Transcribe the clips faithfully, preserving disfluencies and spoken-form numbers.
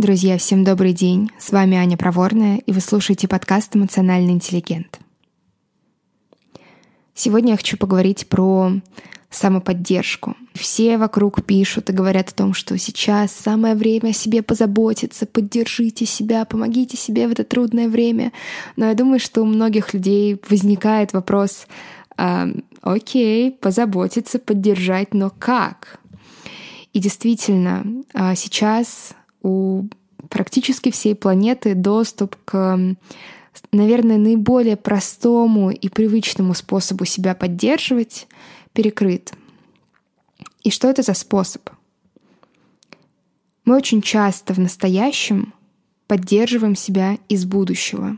Друзья, всем добрый день. С вами Аня Проворная, и вы слушаете подкаст «Эмоциональный интеллигент». Сегодня я хочу поговорить про самоподдержку. Все вокруг пишут и говорят о том, что сейчас самое время о себе позаботиться, поддержите себя, помогите себе в это трудное время. Но я думаю, что у многих людей возникает вопрос: э, окей, позаботиться, поддержать, но как? И действительно, сейчас у практически всей планеты доступ к, наверное, наиболее простому и привычному способу себя поддерживать перекрыт. И что это за способ? Мы очень часто в настоящем поддерживаем себя из будущего.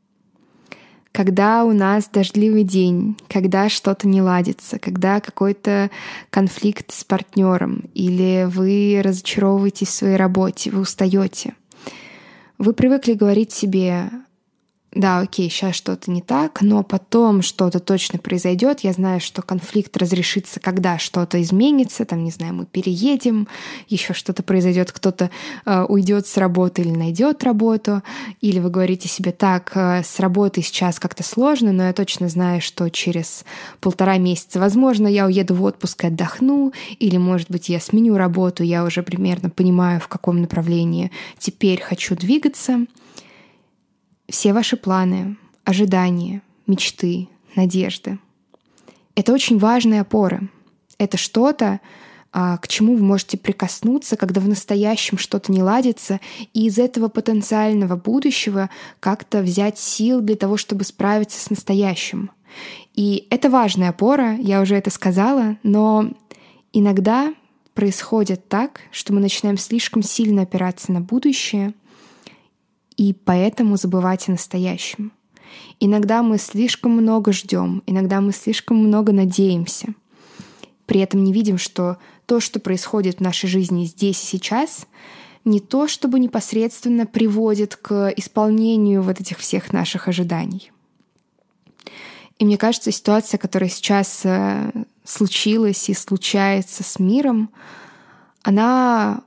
Когда у нас дождливый день, когда что-то не ладится, когда какой-то конфликт с партнером, или вы разочаровываетесь в своей работе, вы устаете, вы привыкли говорить себе: да, окей, сейчас что-то не так, но потом что-то точно произойдет. Я знаю, что конфликт разрешится, когда что-то изменится. Там, не знаю, мы переедем, еще что-то произойдет, кто-то э, уйдет с работы или найдет работу. Или вы говорите себе: так, э, с работой сейчас как-то сложно, но я точно знаю, что через полтора месяца, возможно, я уеду в отпуск и отдохну. Или, может быть, я сменю работу, я уже примерно понимаю, в каком направлении теперь хочу двигаться. Все ваши планы, ожидания, мечты, надежды — это очень важные опоры. Это что-то, к чему вы можете прикоснуться, когда в настоящем что-то не ладится, и из этого потенциального будущего как-то взять сил для того, чтобы справиться с настоящим. И это важная опора, я уже это сказала, но иногда происходит так, что мы начинаем слишком сильно опираться на будущее, и поэтому забывать о настоящем. Иногда мы слишком много ждем, иногда мы слишком много надеемся. При этом не видим, что то, что происходит в нашей жизни здесь и сейчас, не то, чтобы непосредственно приводит к исполнению вот этих всех наших ожиданий. И мне кажется, ситуация, которая сейчас случилась и случается с миром, она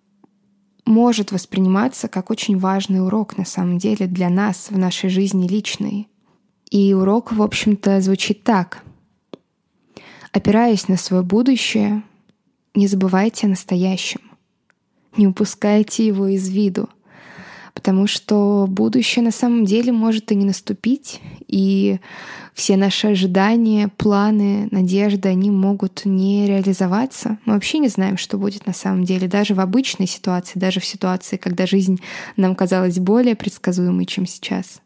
может восприниматься как очень важный урок на самом деле для нас в нашей жизни личной. И урок, в общем-то, звучит так. Опираясь на свое будущее, не забывайте о настоящем. Не упускайте его из виду. Потому что будущее на самом деле может и не наступить, и все наши ожидания, планы, надежды, они могут не реализоваться. Мы вообще не знаем, что будет на самом деле, даже в обычной ситуации, даже в ситуации, когда жизнь нам казалась более предсказуемой, чем сейчас.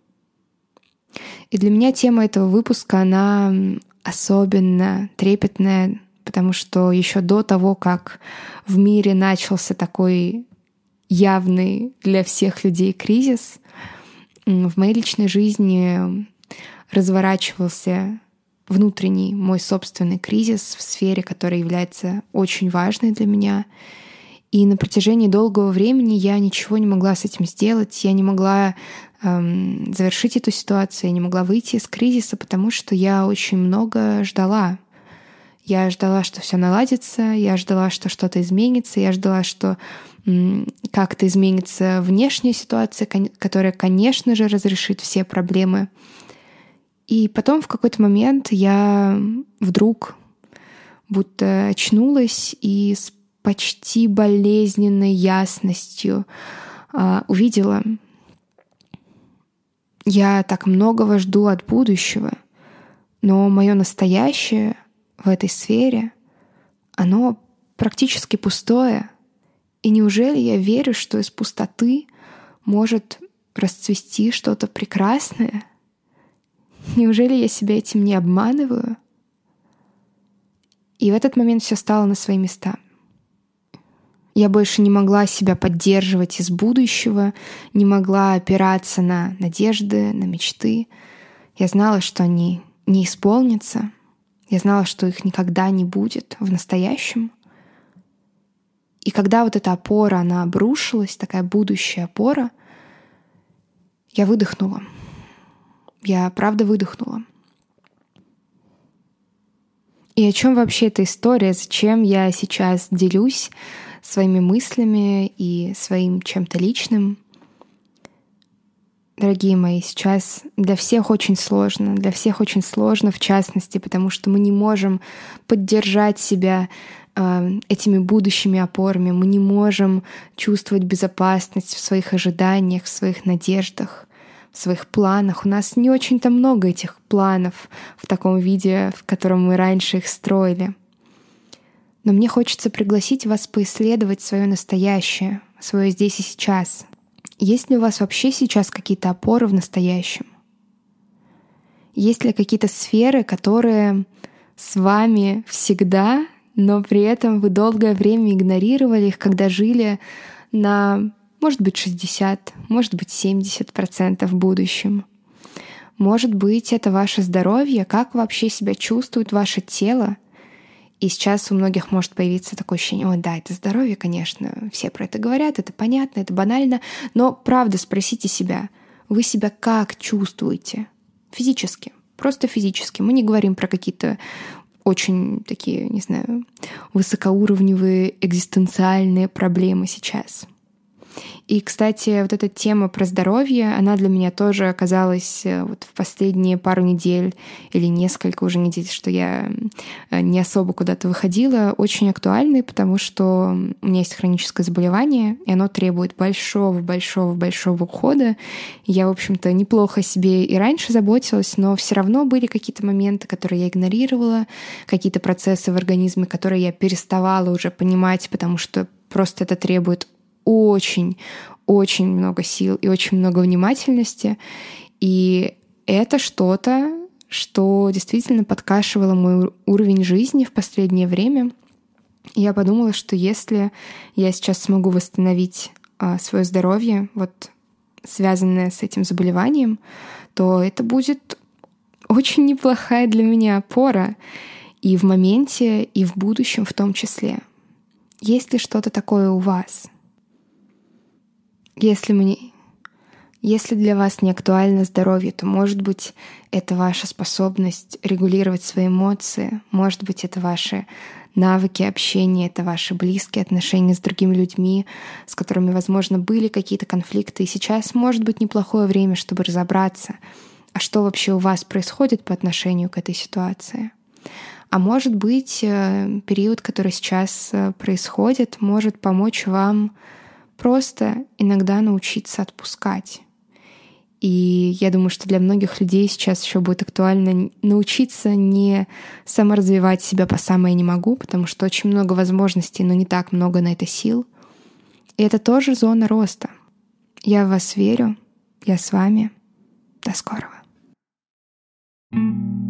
И для меня тема этого выпуска, она особенно трепетная, потому что еще до того, как в мире начался такой явный для всех людей кризис, в моей личной жизни разворачивался внутренний мой собственный кризис в сфере, которая является очень важной для меня. И на протяжении долгого времени я ничего не могла с этим сделать, я не могла эм, завершить эту ситуацию, я не могла выйти из кризиса, потому что я очень много ждала. Я ждала, что все наладится, я ждала, что что-то изменится, я ждала, что как-то изменится внешняя ситуация, которая, конечно же, разрешит все проблемы. И потом в какой-то момент я вдруг будто очнулась и с почти болезненной ясностью а, увидела: я так многого жду от будущего, но мое настоящее в этой сфере, оно практически пустое. И неужели я верю, что из пустоты может расцвести что-то прекрасное? Неужели я себя этим не обманываю? И в этот момент все стало на свои места. Я больше не могла себя поддерживать из будущего, не могла опираться на надежды, на мечты. Я знала, что они не исполнятся. Я знала, что их никогда не будет в настоящем. И когда вот эта опора, она обрушилась, такая будущая опора, я выдохнула. Я правда выдохнула. И о чем вообще эта история? Зачем я сейчас делюсь своими мыслями и своим чем-то личным. Дорогие мои, сейчас для всех очень сложно, для всех очень сложно в частности, потому что мы не можем поддержать себя э, этими будущими опорами, мы не можем чувствовать безопасность в своих ожиданиях, в своих надеждах, в своих планах. У нас не очень-то много этих планов в таком виде, в котором мы раньше их строили. Но мне хочется пригласить вас поисследовать свое настоящее, свое здесь и сейчас. Есть ли у вас вообще сейчас какие-то опоры в настоящем? Есть ли какие-то сферы, которые с вами всегда, но при этом вы долгое время игнорировали их, когда жили на, может быть, шестьдесят, может быть, семьдесят процентов в будущем? Может быть, это ваше здоровье, как вообще себя чувствует ваше тело? И сейчас у многих может появиться такое ощущение: ой, да, это здоровье, конечно, все про это говорят, это понятно, это банально, но правда спросите себя, вы себя как чувствуете? Физически, просто физически. Мы не говорим про какие-то очень такие, не знаю, высокоуровневые экзистенциальные проблемы сейчас. И, кстати, вот эта тема про здоровье, она для меня тоже оказалась вот в последние пару недель или несколько уже недель, что я не особо куда-то выходила, очень актуальной, потому что у меня есть хроническое заболевание, и оно требует большого-большого-большого ухода. Я, в общем-то, неплохо о себе и раньше заботилась, но все равно были какие-то моменты, которые я игнорировала, какие-то процессы в организме, которые я переставала уже понимать, потому что просто это требует очень-очень много сил и очень много внимательности. И это что-то, что действительно подкашивало мой уровень жизни в последнее время. И я подумала, что если я сейчас смогу восстановить а, свое здоровье, вот связанное с этим заболеванием, то это будет очень неплохая для меня опора и в моменте, и в будущем в том числе. Есть ли что-то такое у вас? Если, мне, если для вас не актуально здоровье, то, может быть, это ваша способность регулировать свои эмоции, может быть, это ваши навыки общения, это ваши близкие отношения с другими людьми, с которыми, возможно, были какие-то конфликты. И сейчас может быть неплохое время, чтобы разобраться, а что вообще у вас происходит по отношению к этой ситуации. А может быть, период, который сейчас происходит, может помочь вам просто иногда научиться отпускать. И я думаю, что для многих людей сейчас еще будет актуально научиться не саморазвивать себя по самое не могу, потому что очень много возможностей, но не так много на это сил. И это тоже зона роста. Я в вас верю, я с вами. До скорого. thank you